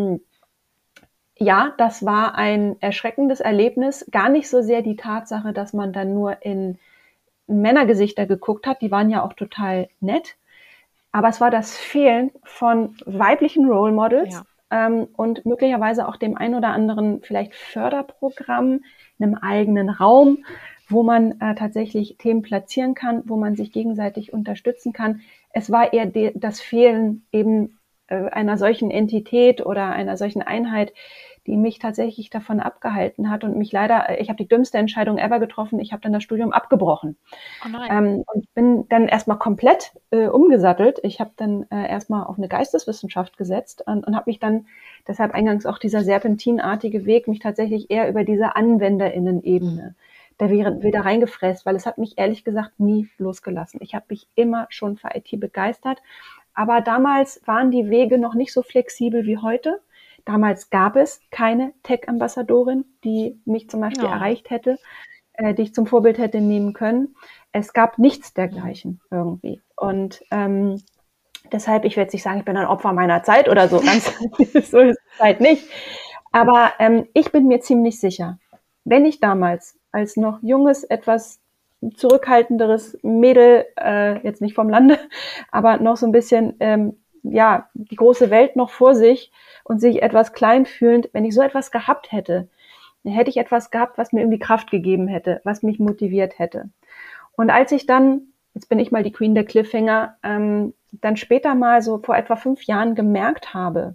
ja, das war ein erschreckendes Erlebnis. Gar nicht so sehr die Tatsache, dass man dann nur in Männergesichter geguckt hat. Die waren ja auch total nett. Aber es war das Fehlen von weiblichen Role Models und möglicherweise auch dem ein oder anderen vielleicht Förderprogramm, einem eigenen Raum, wo man tatsächlich Themen platzieren kann, wo man sich gegenseitig unterstützen kann. Es war eher das Fehlen eben einer solchen Entität oder einer solchen Einheit, die mich tatsächlich davon abgehalten hat und mich leider, ich habe die dümmste Entscheidung ever getroffen, ich habe dann das Studium abgebrochen. Oh nein. Und bin dann erstmal komplett umgesattelt. Ich habe dann erstmal auf eine Geisteswissenschaft gesetzt und habe mich dann, deshalb eingangs auch dieser serpentinartige Weg, mich tatsächlich eher über diese AnwenderInnen-Ebene da wieder reingefräst, weil es hat mich ehrlich gesagt nie losgelassen. Ich habe mich immer schon für IT begeistert, aber damals waren die Wege noch nicht so flexibel wie heute. Damals gab es keine Tech-Ambassadorin, die mich zum Beispiel erreicht hätte, die ich zum Vorbild hätte nehmen können. Es gab nichts dergleichen irgendwie. Und deshalb, ich werde jetzt nicht sagen, ich bin ein Opfer meiner Zeit oder so, ganz so ist die Zeit nicht. Aber ich bin mir ziemlich sicher, wenn ich damals als noch junges, etwas zurückhaltenderes Mädel, jetzt nicht vom Lande, aber noch so ein bisschen, die große Welt noch vor sich und sich etwas klein fühlend. Wenn ich so etwas gehabt hätte, dann hätte ich etwas gehabt, was mir irgendwie Kraft gegeben hätte, was mich motiviert hätte. Und als ich dann, jetzt bin ich mal die Queen der Cliffhanger, dann später mal so vor etwa 5 Jahren gemerkt habe,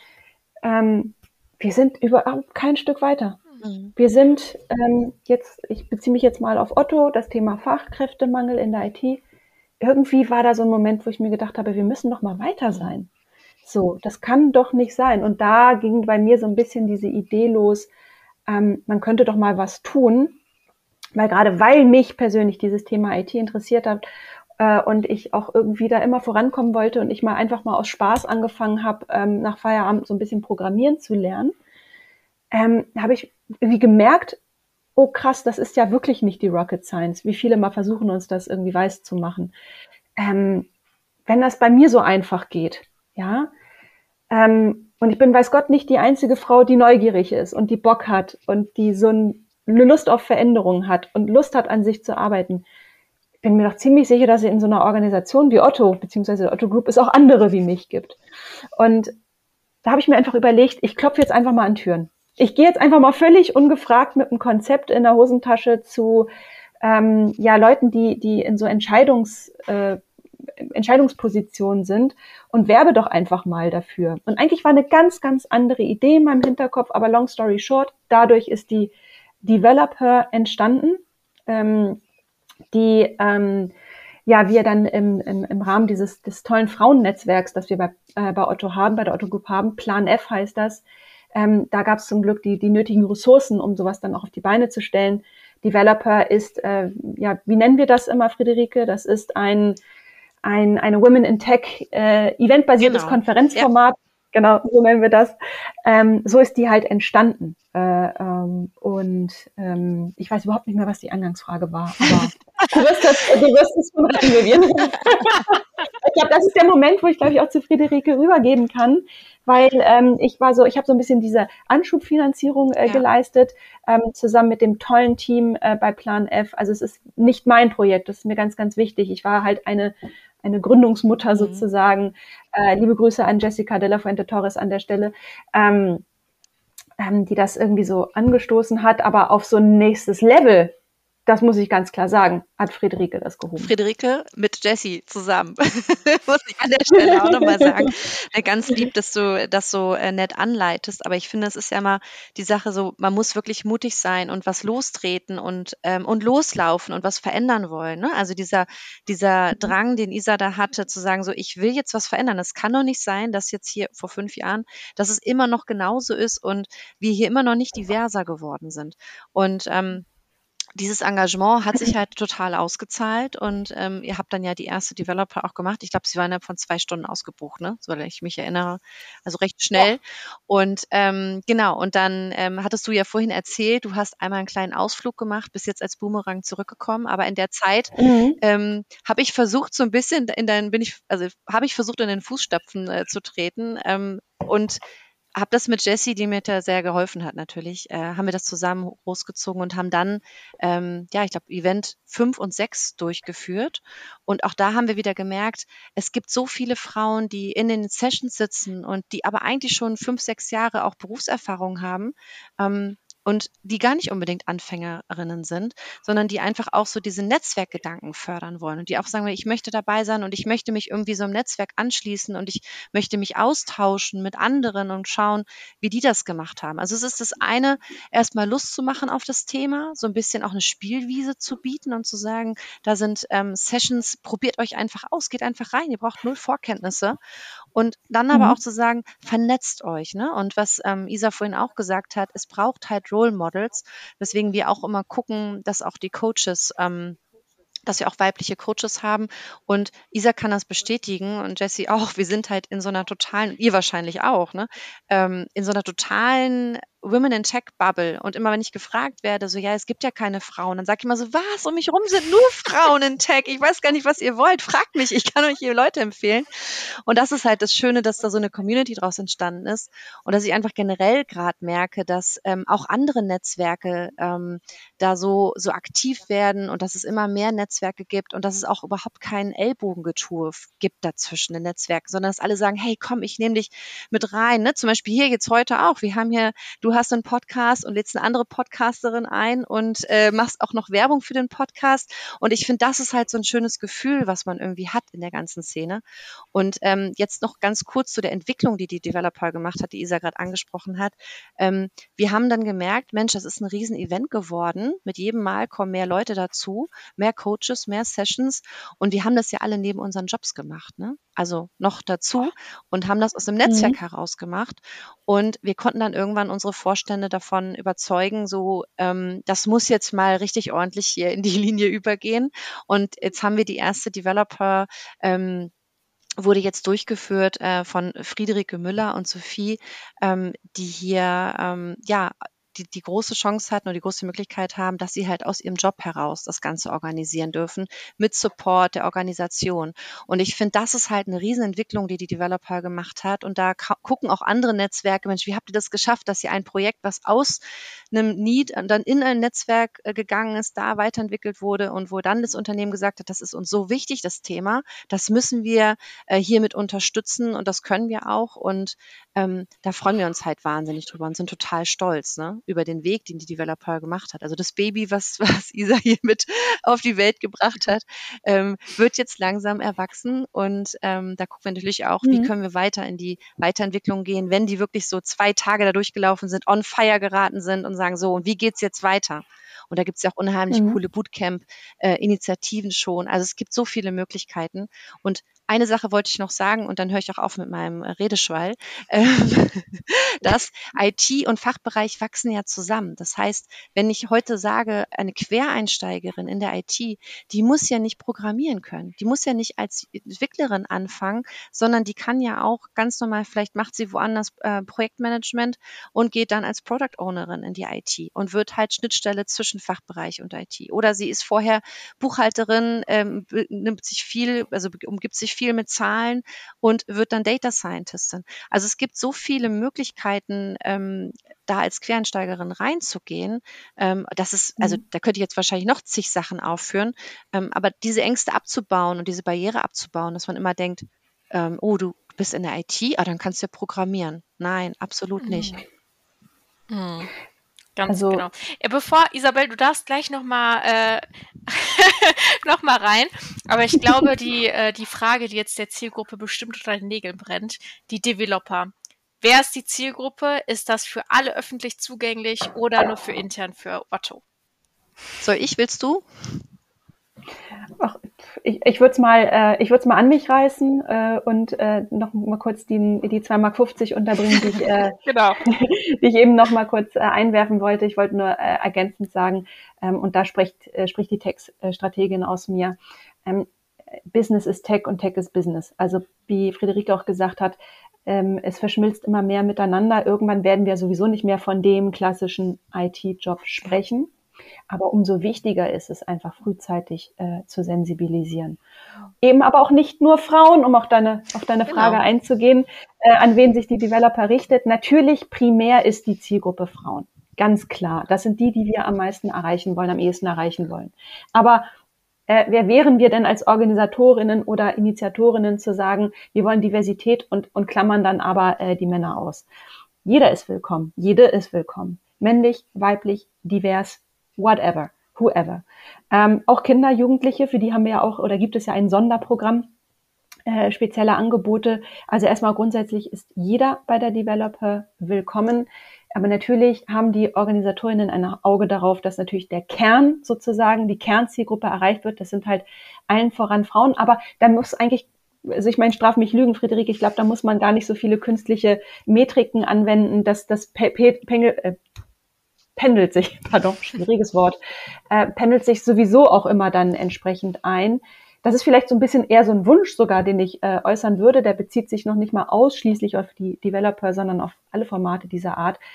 wir sind überhaupt kein Stück weiter. Wir sind jetzt, ich beziehe mich jetzt mal auf Otto, das Thema Fachkräftemangel in der IT. Irgendwie war da so ein Moment, wo ich mir gedacht habe, wir müssen doch mal weiter sein. So, das kann doch nicht sein. Und da ging bei mir so ein bisschen diese Idee los, man könnte doch mal was tun, weil mich persönlich dieses Thema IT interessiert hat und ich auch irgendwie da immer vorankommen wollte und ich mal einfach mal aus Spaß angefangen habe, nach Feierabend so ein bisschen programmieren zu lernen, habe ich irgendwie gemerkt, oh krass, das ist ja wirklich nicht die Rocket Science, wie viele mal versuchen uns das irgendwie weiß zu machen. Wenn das bei mir so einfach geht, ja, und ich bin, weiß Gott, nicht die einzige Frau, die neugierig ist und die Bock hat und die so eine Lust auf Veränderung hat und Lust hat, an sich zu arbeiten. Ich bin mir doch ziemlich sicher, dass es in so einer Organisation wie Otto, beziehungsweise der Otto Group, es auch andere wie mich gibt. Und da habe ich mir einfach überlegt, ich klopfe jetzt einfach mal an Türen. Ich gehe jetzt einfach mal völlig ungefragt mit einem Konzept in der Hosentasche zu Leuten, die in so Entscheidungspositionen sind und werbe doch einfach mal dafür. Und eigentlich war eine ganz, ganz andere Idee in meinem Hinterkopf, aber long story short, dadurch ist die Developer entstanden, wir dann im Rahmen des tollen Frauennetzwerks, das wir bei Otto haben, bei der Otto Group haben, Plan F heißt das, da gab es zum Glück die nötigen Ressourcen, um sowas dann auch auf die Beine zu stellen. Developer ist, wie nennen wir das immer, Friederike? Das ist eine Women in Tech eventbasiertes Konferenzformat. Ja. Genau, so nennen wir das. So ist die halt entstanden. Ich weiß überhaupt nicht mehr, was die Eingangsfrage war, aber du wirst es schon retten, Vivian. Ich glaube, das ist der Moment, wo ich, glaube ich, auch zu Friederike rübergeben kann, weil ich habe so ein bisschen diese Anschubfinanzierung geleistet, zusammen mit dem tollen Team bei Plan F. Also es ist nicht mein Projekt, das ist mir ganz, ganz wichtig. Ich war halt eine Gründungsmutter sozusagen. Liebe Grüße an Jessica de la Fuente Torres an der Stelle, die das irgendwie so angestoßen hat, aber auf so ein nächstes Level, das muss ich ganz klar sagen, hat Friederike das gehoben. Friederike mit Jessie zusammen, muss ich an der Stelle auch nochmal sagen. Ganz lieb, dass du das so nett anleitest, aber ich finde, es ist ja immer die Sache so, man muss wirklich mutig sein und was lostreten und loslaufen und was verändern wollen. Ne? Also dieser Drang, den Isa da hatte, zu sagen, so, ich will jetzt was verändern. Es kann doch nicht sein, dass jetzt hier vor 5 Jahren, dass es immer noch genauso ist und wir hier immer noch nicht diverser geworden sind. Und dieses Engagement hat sich halt total ausgezahlt und ihr habt dann ja die erste Developer auch gemacht. Ich glaube, sie waren innerhalb von 2 Stunden ausgebucht, ne? So, weil ich mich erinnere. Also recht schnell. Ja. Und genau, und dann hattest du ja vorhin erzählt, du hast einmal einen kleinen Ausflug gemacht, bist jetzt als Boomerang zurückgekommen, aber in der Zeit habe ich versucht, so ein bisschen habe ich versucht, in den Fußstapfen zu treten und habe das mit Jessie, die mir da sehr geholfen hat natürlich, haben wir das zusammen großgezogen und haben dann, ich glaube, Event 5 und 6 durchgeführt. Und auch da haben wir wieder gemerkt, es gibt so viele Frauen, die in den Sessions sitzen und die aber eigentlich schon 5, 6 Jahre auch Berufserfahrung haben, und die gar nicht unbedingt Anfängerinnen sind, sondern die einfach auch so diese Netzwerkgedanken fördern wollen und die auch sagen, ich möchte dabei sein und ich möchte mich irgendwie so im Netzwerk anschließen und ich möchte mich austauschen mit anderen und schauen, wie die das gemacht haben. Also es ist das eine, erstmal Lust zu machen auf das Thema, so ein bisschen auch eine Spielwiese zu bieten und zu sagen, da sind Sessions, probiert euch einfach aus, geht einfach rein, ihr braucht 0 Vorkenntnisse. Und dann aber auch zu sagen, vernetzt euch. Ne? Und was Isa vorhin auch gesagt hat, es braucht halt Role Models, weswegen wir auch immer gucken, dass auch die Coaches, dass wir auch weibliche Coaches haben. Und Isa kann das bestätigen und Jessie auch. Wir sind halt in so einer totalen, ihr wahrscheinlich auch, ne? In so einer totalen Women in Tech Bubble. Und immer wenn ich gefragt werde, so, ja, es gibt ja keine Frauen, dann sage ich immer so, was? Um mich rum sind nur Frauen in Tech. Ich weiß gar nicht, was ihr wollt. Fragt mich, ich kann euch hier Leute empfehlen. Und das ist halt das Schöne, dass da so eine Community draus entstanden ist und dass ich einfach generell gerade merke, dass auch andere Netzwerke da so aktiv werden und dass es immer mehr Netzwerke gibt und dass es auch überhaupt kein Ellbogengetue gibt dazwischen den Netzwerken, sondern dass alle sagen, hey, komm, ich nehme dich mit rein. Ne? Zum Beispiel hier jetzt heute auch. Wir haben hier, du hast einen Podcast und lädst eine andere Podcasterin ein und machst auch noch Werbung für den Podcast. Und ich finde, das ist halt so ein schönes Gefühl, was man irgendwie hat in der ganzen Szene. Und jetzt noch ganz kurz zu der Entwicklung, die Developer gemacht hat, die Isa gerade angesprochen hat. Wir haben dann gemerkt, Mensch, das ist ein Riesen-Event geworden. Mit jedem Mal kommen mehr Leute dazu, mehr Coaches, mehr Sessions. Und wir haben das ja alle neben unseren Jobs gemacht, ne? Also noch dazu und haben das aus dem Netzwerk heraus gemacht. Und wir konnten dann irgendwann unsere Vorstände davon überzeugen, so, das muss jetzt mal richtig ordentlich hier in die Linie übergehen. Und jetzt haben wir die erste Developer wurde jetzt durchgeführt von Friederike Müller und Sophie, die hier die große Chance hatten oder die große Möglichkeit haben, dass sie halt aus ihrem Job heraus das Ganze organisieren dürfen, mit Support der Organisation. Und ich finde, das ist halt eine Riesenentwicklung, die Developer gemacht hat. Und da gucken auch andere Netzwerke, Mensch, wie habt ihr das geschafft, dass ihr ein Projekt, was aus einem Need dann in ein Netzwerk gegangen ist, da weiterentwickelt wurde und wo dann das Unternehmen gesagt hat, das ist uns so wichtig, das Thema, das müssen wir hiermit unterstützen und das können wir auch. Und da freuen wir uns halt wahnsinnig drüber und sind total stolz, ne, über den Weg, den die Developer gemacht hat. Also das Baby, was Isa hier mit auf die Welt gebracht hat, wird jetzt langsam erwachsen und da gucken wir natürlich auch, wie können wir weiter in die Weiterentwicklung gehen, wenn die wirklich so 2 Tage da durchgelaufen sind, on fire geraten sind und sagen, so, und wie geht's jetzt weiter? Und da gibt's ja auch unheimlich coole Bootcamp-Initiativen schon. Also es gibt so viele Möglichkeiten. Und eine Sache wollte ich noch sagen, und dann höre ich auch auf mit meinem Redeschwall, dass IT und Fachbereich wachsen ja zusammen. Das heißt, wenn ich heute sage, eine Quereinsteigerin in der IT, die muss ja nicht programmieren können. Die muss ja nicht als Entwicklerin anfangen, sondern die kann ja auch ganz normal, vielleicht macht sie woanders Projektmanagement und geht dann als Product Ownerin in die IT und wird halt Schnittstelle zwischen Fachbereich und IT. Oder sie ist vorher Buchhalterin, umgibt sich viel mit Zahlen und wird dann Data Scientistin. Also es gibt so viele Möglichkeiten, da als Quereinsteigerin reinzugehen. Das ist, also da könnte ich jetzt wahrscheinlich noch zig Sachen aufführen, aber diese Ängste abzubauen und diese Barriere abzubauen, dass man immer denkt, oh, du bist in der IT, dann kannst du ja programmieren. Nein, absolut nicht. Ganz genau. Bevor, Isabel, du darfst gleich noch mal rein, aber ich glaube, die Frage, die jetzt der Zielgruppe bestimmt unter den Nägeln brennt, die Developer. Wer ist die Zielgruppe? Ist das für alle öffentlich zugänglich oder nur für intern, für Otto? Willst du? Ach, ich würde es mal an mich reißen und noch mal kurz die 2,50 Mark unterbringen, die ich, genau. die ich eben noch mal kurz einwerfen wollte. Ich wollte nur ergänzend sagen, und da spricht die Tech-Strategin aus mir, Business ist Tech und Tech ist Business. Also wie Friederike auch gesagt hat, es verschmilzt immer mehr miteinander. Irgendwann werden wir sowieso nicht mehr von dem klassischen IT-Job sprechen. Aber umso wichtiger ist es einfach frühzeitig zu sensibilisieren. Eben aber auch nicht nur Frauen, um auf deine Frage einzugehen, an wen sich die Developer richtet. Natürlich primär ist die Zielgruppe Frauen. Ganz klar. Das sind die wir am meisten erreichen wollen, am ehesten erreichen wollen. Aber wer wären wir denn als Organisatorinnen oder Initiatorinnen zu sagen, wir wollen Diversität und klammern dann aber die Männer aus? Jeder ist willkommen. Jede ist willkommen. Männlich, weiblich, divers, whatever, whoever. Auch Kinder, Jugendliche, für die haben wir ja auch, oder gibt es ja ein Sonderprogramm, spezielle Angebote. Also erstmal grundsätzlich ist jeder bei der Developer willkommen. Aber natürlich haben die Organisatorinnen ein Auge darauf, dass natürlich der Kern sozusagen, die Kernzielgruppe erreicht wird. Das sind halt allen voran Frauen. Aber da muss eigentlich, also ich meine, straf mich Lügen, Friederike, ich glaube, da muss man gar nicht so viele künstliche Metriken anwenden, dass das pendelt sich, schwieriges Wort, pendelt sich sowieso auch immer dann entsprechend ein. Das ist vielleicht so ein bisschen eher so ein Wunsch sogar, den ich äußern würde. Der bezieht sich noch nicht mal ausschließlich auf die Developer, sondern auf alle Formate dieser Art.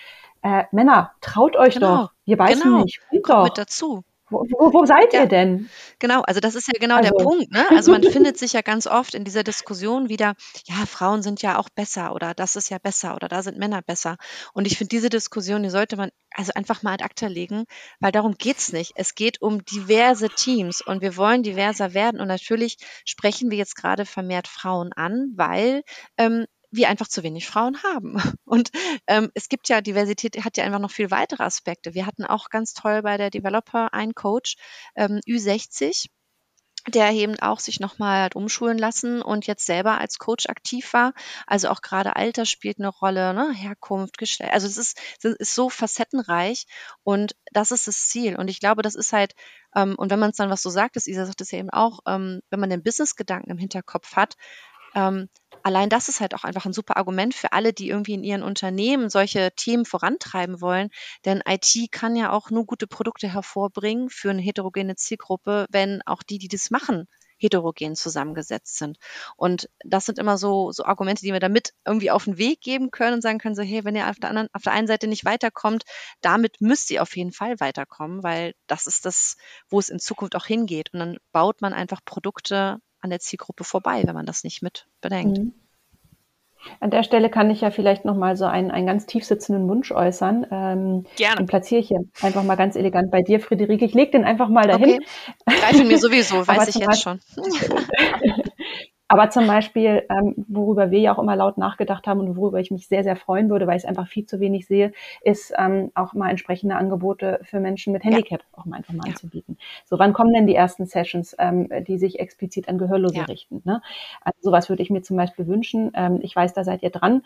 Männer, traut euch Genau, doch, wir beißen genau. nicht, kommt Kommt mit doch. dazu. Wo seid Ja. ihr denn? Genau, also das ist ja genau der Also, Punkt, ne? Also man findet sich ja ganz oft in dieser Diskussion wieder, ja, Frauen sind ja auch besser oder das ist ja besser oder da sind Männer besser. Und ich finde, diese Diskussion, die sollte man also einfach mal ad acta legen, weil darum geht's nicht. Es geht um diverse Teams und wir wollen diverser werden. Und natürlich sprechen wir jetzt gerade vermehrt Frauen an, weil wir einfach zu wenig Frauen haben. Und es gibt ja, Diversität hat ja einfach noch viel weitere Aspekte. Wir hatten auch ganz toll bei der Developer einen Coach, Ü60, der eben auch sich nochmal hat umschulen lassen und jetzt selber als Coach aktiv war. Also auch gerade Alter spielt eine Rolle, ne? Herkunft, Geschlecht. Also es ist so facettenreich und das ist das Ziel. Und ich glaube, das ist halt, und wenn man es dann, was du sagtest, Isa sagt es ja eben auch, wenn man den Business-Gedanken im Hinterkopf hat, allein das ist halt auch einfach ein super Argument für alle, die irgendwie in ihren Unternehmen solche Themen vorantreiben wollen. Denn IT kann ja auch nur gute Produkte hervorbringen für eine heterogene Zielgruppe, wenn auch die das machen, heterogen zusammengesetzt sind. Und das sind immer so Argumente, die wir damit irgendwie auf den Weg geben können und sagen können, so, hey, wenn ihr auf der einen Seite nicht weiterkommt, damit müsst ihr auf jeden Fall weiterkommen, weil das ist das, wo es in Zukunft auch hingeht. Und dann baut man einfach Produkte an der Zielgruppe vorbei, wenn man das nicht mit bedenkt. An der Stelle kann ich ja vielleicht nochmal so einen ganz tief sitzenden Wunsch äußern. Gerne. Den platziere ich hier einfach mal ganz elegant bei dir, Friederike. Ich lege den einfach mal dahin. Okay, greifen mir sowieso, weiß ich jetzt schon. Aber zum Beispiel, worüber wir ja auch immer laut nachgedacht haben und worüber ich mich sehr, sehr freuen würde, weil ich es einfach viel zu wenig sehe, ist auch mal entsprechende Angebote für Menschen mit Handicap auch mal einfach mal anzubieten. So, wann kommen denn die ersten Sessions, die sich explizit an Gehörlose richten? Ne? Also sowas würde ich mir zum Beispiel wünschen. Ich weiß, da seid ihr dran.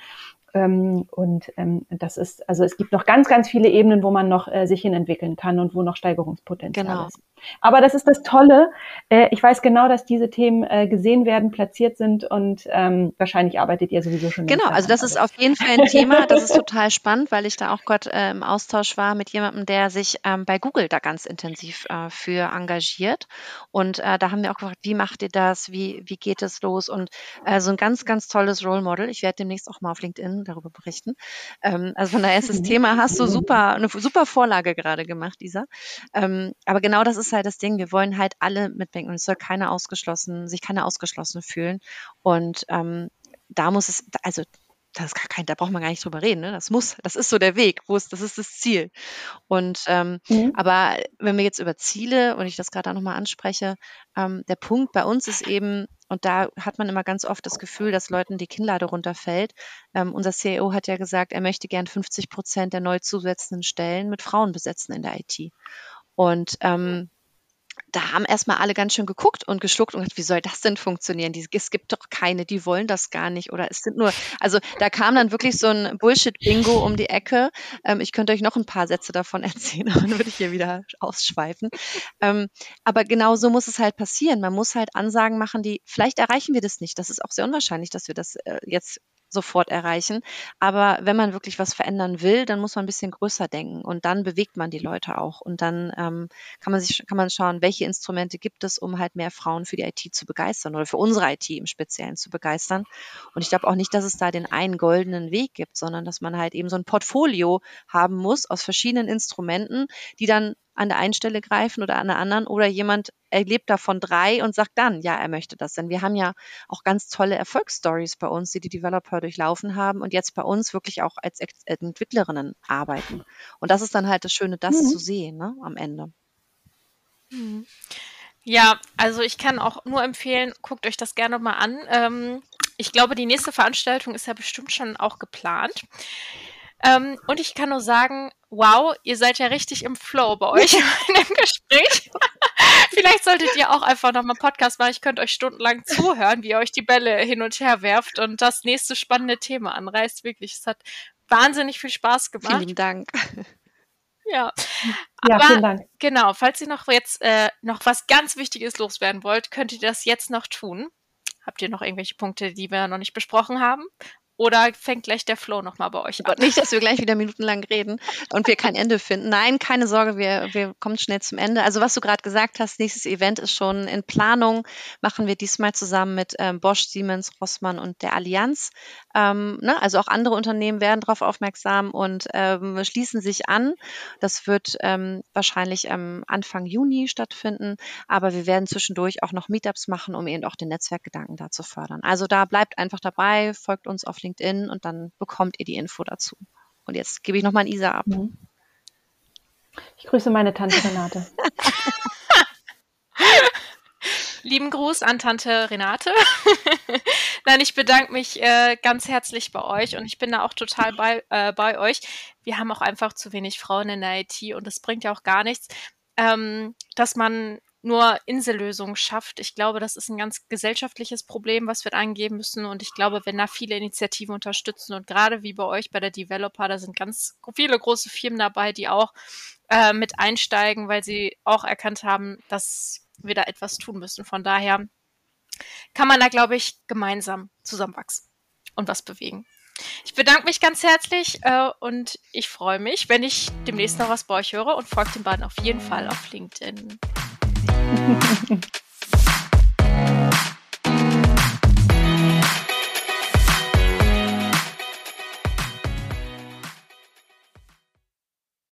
Das ist, also es gibt noch ganz, ganz viele Ebenen, wo man noch sich hinentwickeln kann und wo noch Steigerungspotenzial ist. Aber das ist das Tolle. Ich weiß genau, dass diese Themen gesehen werden, platziert sind und wahrscheinlich arbeitet ihr sowieso schon. Genau, also das ist auf jeden Fall ein Thema, das ist total spannend, weil ich da auch gerade im Austausch war mit jemandem, der sich bei Google da ganz intensiv für engagiert. Und da haben wir auch gefragt, wie macht ihr das, wie geht es los? Und so ein ganz, ganz tolles Role Model. Ich werde demnächst auch mal auf LinkedIn darüber berichten. Also von daher ist das Thema, hast du eine super Vorlage gerade gemacht, Isa. Aber genau das ist halt das Ding, wir wollen halt alle mitdenken und es soll sich keiner ausgeschlossen fühlen. Und da muss es, also das ist da braucht man gar nicht drüber reden, ne? Das ist so der Weg, das ist das Ziel. Und aber wenn wir jetzt über Ziele und ich das gerade auch nochmal anspreche, der Punkt bei uns ist eben, und da hat man immer ganz oft das Gefühl, dass Leuten die Kinnlade runterfällt. Unser CEO hat ja gesagt, er möchte gern 50% der neu zusetzenden Stellen mit Frauen besetzen in der IT. Und da haben erstmal alle ganz schön geguckt und geschluckt und gesagt, wie soll das denn funktionieren? Es gibt doch keine, die wollen das gar nicht. Oder es sind nur, also da kam dann wirklich so ein Bullshit-Bingo um die Ecke. Ich könnte euch noch ein paar Sätze davon erzählen, aber dann würde ich hier wieder ausschweifen. Aber genau so muss es halt passieren. Man muss halt Ansagen machen, vielleicht erreichen wir das nicht. Das ist auch sehr unwahrscheinlich, dass wir das jetzt sofort erreichen. Aber wenn man wirklich was verändern will, dann muss man ein bisschen größer denken und dann bewegt man die Leute auch. Und dann kann man schauen, welche Instrumente gibt es, um halt mehr Frauen für die IT zu begeistern oder für unsere IT im Speziellen zu begeistern. Und ich glaube auch nicht, dass es da den einen goldenen Weg gibt, sondern dass man halt eben so ein Portfolio haben muss aus verschiedenen Instrumenten, die dann an der einen Stelle greifen oder an der anderen oder jemand erlebt davon 3 und sagt dann, ja, er möchte das. Denn wir haben ja auch ganz tolle Erfolgsstories bei uns, die Developer durchlaufen haben und jetzt bei uns wirklich auch als Entwicklerinnen arbeiten. Und das ist dann halt das Schöne, das zu sehen, ne, am Ende. Ja, also ich kann auch nur empfehlen, guckt euch das gerne mal an. Ich glaube, die nächste Veranstaltung ist ja bestimmt schon auch geplant. Und ich kann nur sagen, wow, ihr seid ja richtig im Flow bei euch in dem Gespräch. Vielleicht solltet ihr auch einfach nochmal einen Podcast machen. Ich könnte euch stundenlang zuhören, wie ihr euch die Bälle hin und her werft und das nächste spannende Thema anreißt. Wirklich, es hat wahnsinnig viel Spaß gemacht. Vielen Dank. Ja, aber vielen Dank. Genau, falls ihr noch jetzt noch was ganz Wichtiges loswerden wollt, könnt ihr das jetzt noch tun. Habt ihr noch irgendwelche Punkte, die wir noch nicht besprochen haben? Oder fängt gleich der Flow nochmal bei euch an? Nicht, dass wir gleich wieder minutenlang reden und wir kein Ende finden. Nein, keine Sorge, wir kommen schnell zum Ende. Also was du gerade gesagt hast, nächstes Event ist schon in Planung, machen wir diesmal zusammen mit Bosch, Siemens, Rossmann und der Allianz. Also auch andere Unternehmen werden darauf aufmerksam und schließen sich an. Das wird wahrscheinlich Anfang Juni stattfinden, aber wir werden zwischendurch auch noch Meetups machen, um eben auch den Netzwerkgedanken da zu fördern. Also da bleibt einfach dabei, folgt uns auf LinkedIn und dann bekommt ihr die Info dazu. Und jetzt gebe ich nochmal an Isa ab. Ich grüße meine Tante Renate. Lieben Gruß an Tante Renate. Nein, ich bedanke mich ganz herzlich bei euch und ich bin da auch total bei euch. Wir haben auch einfach zu wenig Frauen in der IT und es bringt ja auch gar nichts, dass man nur Insellösungen schafft. Ich glaube, das ist ein ganz gesellschaftliches Problem, was wir angehen müssen. Und ich glaube, wenn da viele Initiativen unterstützen und gerade wie bei euch bei der Developer, da sind ganz viele große Firmen dabei, die auch mit einsteigen, weil sie auch erkannt haben, dass wir da etwas tun müssen. Von daher kann man da, glaube ich, gemeinsam zusammenwachsen und was bewegen. Ich bedanke mich ganz herzlich und ich freue mich, wenn ich demnächst noch was bei euch höre und folgt den beiden auf jeden Fall auf LinkedIn.